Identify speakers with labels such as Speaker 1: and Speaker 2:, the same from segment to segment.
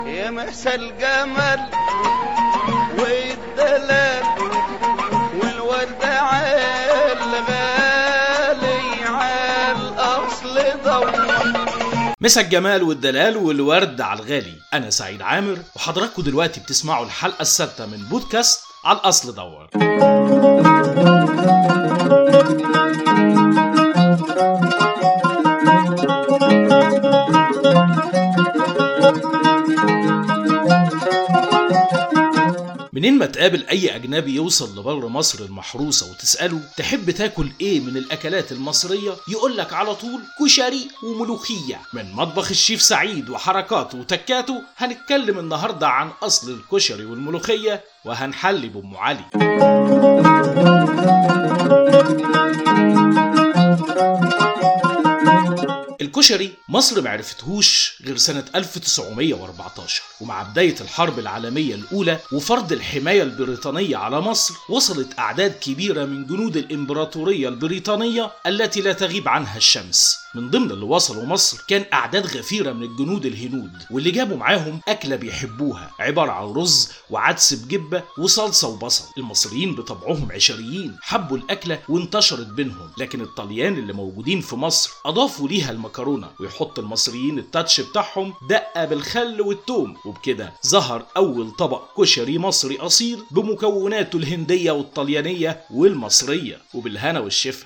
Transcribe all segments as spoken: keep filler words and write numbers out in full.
Speaker 1: يا مسا الجمال والدلال والورد عالغالي عالاصل دور.
Speaker 2: مسا الجمال والدلال والورد على الغالي. انا سعيد عامر وحضراتكم دلوقتي بتسمعوا الحلقه السادسه من بودكاست على الاصل دور. منين ما تقابل اي اجنبي يوصل لبر مصر المحروسه وتساله تحب تاكل ايه من الاكلات المصريه، يقولك على طول كشري وملوخيه. من مطبخ الشيف سعيد وحركاته وتكاته هنتكلم النهارده عن اصل الكشري والملوخيه وهنحلي بأم علي. الكشري مصر معرفتهوش غير سنة ألف وتسعمية وأربعتاشر، ومع بداية الحرب العالمية الأولى وفرض الحماية البريطانية على مصر وصلت أعداد كبيرة من جنود الإمبراطورية البريطانية التي لا تغيب عنها الشمس. من ضمن اللي وصلوا مصر كان أعداد غفيرة من الجنود الهنود، واللي جابوا معاهم أكلة بيحبوها عبارة عن رز وعدس بجبة وصلصة وبصل. المصريين بطبعهم عشريين حبوا الأكلة وانتشرت بينهم، لكن الطليان اللي موجودين في مصر أضافوا ليها المكرونة، ويحط المصريين التاتش بتاعهم دقة بالخل والثوم، وبكده ظهر أول طبق كشري مصري أصيل بمكوناته الهندية والطليانية والمصرية، وبالهنا والشفا.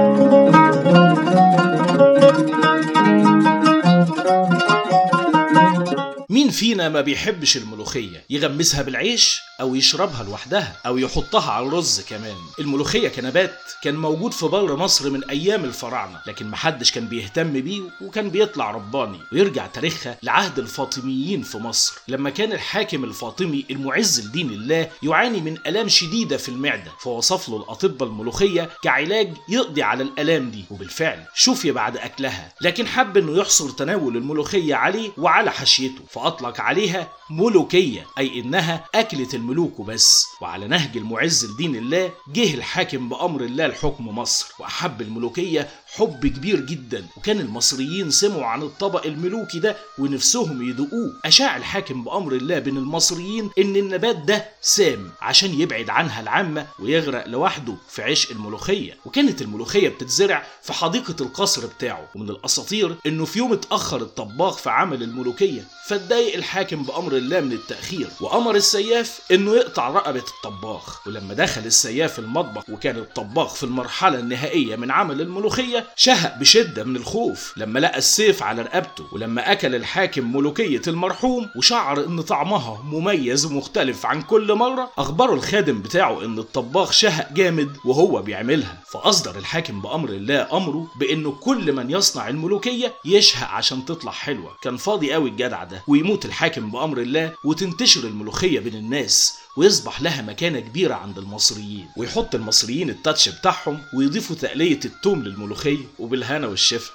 Speaker 2: مين فينا ما بيحبش الملوخية؟ يغمسها بالعيش أو يشربها لوحدها أو يحطها على الرز كمان. الملوخية كنبات كان موجود في بر مصر من أيام الفراعنة، لكن محدش كان بيهتم بيه وكان بيطلع رباني. ويرجع تاريخها لعهد الفاطميين في مصر، لما كان الحاكم الفاطمي المعز لدين الله يعاني من آلام شديدة في المعدة، فوصف له الأطباء الملوخية كعلاج يقضي على الآلام دي، وبالفعل شوفي بعد أكلها، لكن حب إنه يحصر تناول الملوخية عليه وعلى حشيته، فأطلق عليها ملوكية، أي إنها أكلة الملوك وبس. وعلى نهج المعز لدين الله جه الحاكم بأمر الله الحكم مصر، وأحب الملوكية حب كبير جدا، وكان المصريين سمعوا عن الطبق الملوكي ده ونفسهم يدوقوه. أشاع الحاكم بأمر الله بين المصريين إن النبات ده سام عشان يبعد عنها العامة ويغرق لوحده في عشق الملوخية. وكانت الملوخية بتتزرع في حديقة القصر بتاعه، ومن الأساطير إنه في يوم اتأخر الطباخ في عمل الملوكية، فاتضايق الحاكم بأمر الله من التأخير وأمر السياف إنه يقطع رقبة الطباخ. ولما دخل السياف المطبخ وكان الطباخ في المرحلة النهائية من عمل الملوخية، شهق بشدة من الخوف لما لقى السيف على رقبته. ولما أكل الحاكم ملوكية المرحوم وشعر إن طعمها مميز ومختلف عن كل مرة، أخبره الخادم بتاعه إن الطباخ شهق جامد وهو بيعملها، فأصدر الحاكم بأمر الله أمره بإنه كل من يصنع الملوكية يشهق عشان تطلع حلوة. كان فاضي قوي الجدع ده، ويموت الحاكم بأمر الله وتنتشر الملوخية بين الناس ويصبح لها مكانة كبيرة عند المصريين، ويحط المصريين التاتش بتاعهم ويضيفوا تقلية التوم للملوخية، وبالهنا والشفا.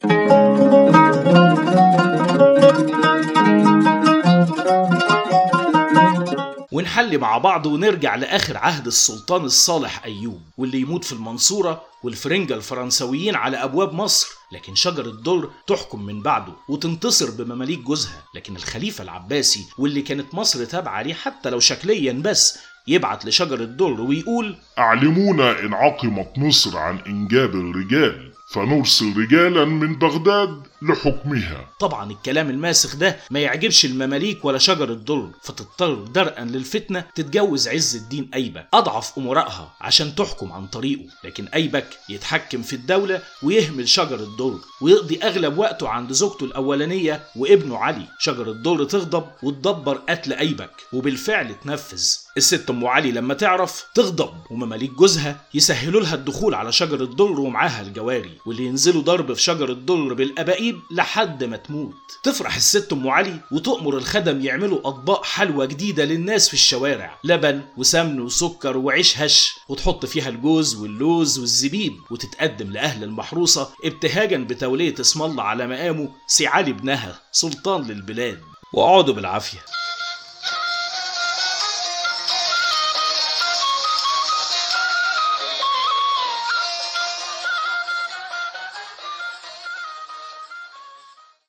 Speaker 2: ونحلي مع بعض ونرجع لآخر عهد السلطان الصالح أيوب، واللي يموت في المنصورة والفرنجة الفرنسويين على أبواب مصر، لكن شجر الدر تحكم من بعده وتنتصر بمماليك جوزها. لكن الخليفة العباسي واللي كانت مصر تابعة ليه حتى لو شكليا بس، يبعت لشجر الدر ويقول:
Speaker 3: أعلمونا إن عقمت مصر عن إنجاب الرجال فنرسل رجالا من بغداد لحكمها.
Speaker 2: طبعا الكلام الماسخ ده ما يعجبش المماليك ولا شجر الدر، فتضطر درءا للفتنة تتجوز عز الدين أيبك أضعف أمرائها عشان تحكم عن طريقه. لكن أيبك يتحكم في الدولة ويهمل شجر الدر ويقضي أغلب وقته عند زوجته الأولانية وابنه علي. شجر الدر تغضب وتدبر قتل أيبك، وبالفعل تنفذ. الست أم علي لما تعرف تغضب، ومماليك جوزها يسهلوا لها الدخول على شجر الدر ومعاها الجواري، واللي ينزلوا ضرب في شجر الدر بالأبائيب لحد ما تموت. تفرح الست أم علي وتؤمر الخدم يعملوا أطباق حلوى جديدة للناس في الشوارع، لبن وسمن وسكر وعيش هش، وتحط فيها الجوز واللوز والزبيب، وتتقدم لأهل المحروسة ابتهاجا بتولية اسم الله على مقامه سي علي ابنها سلطان للبلاد. وقعدوا بالعافية.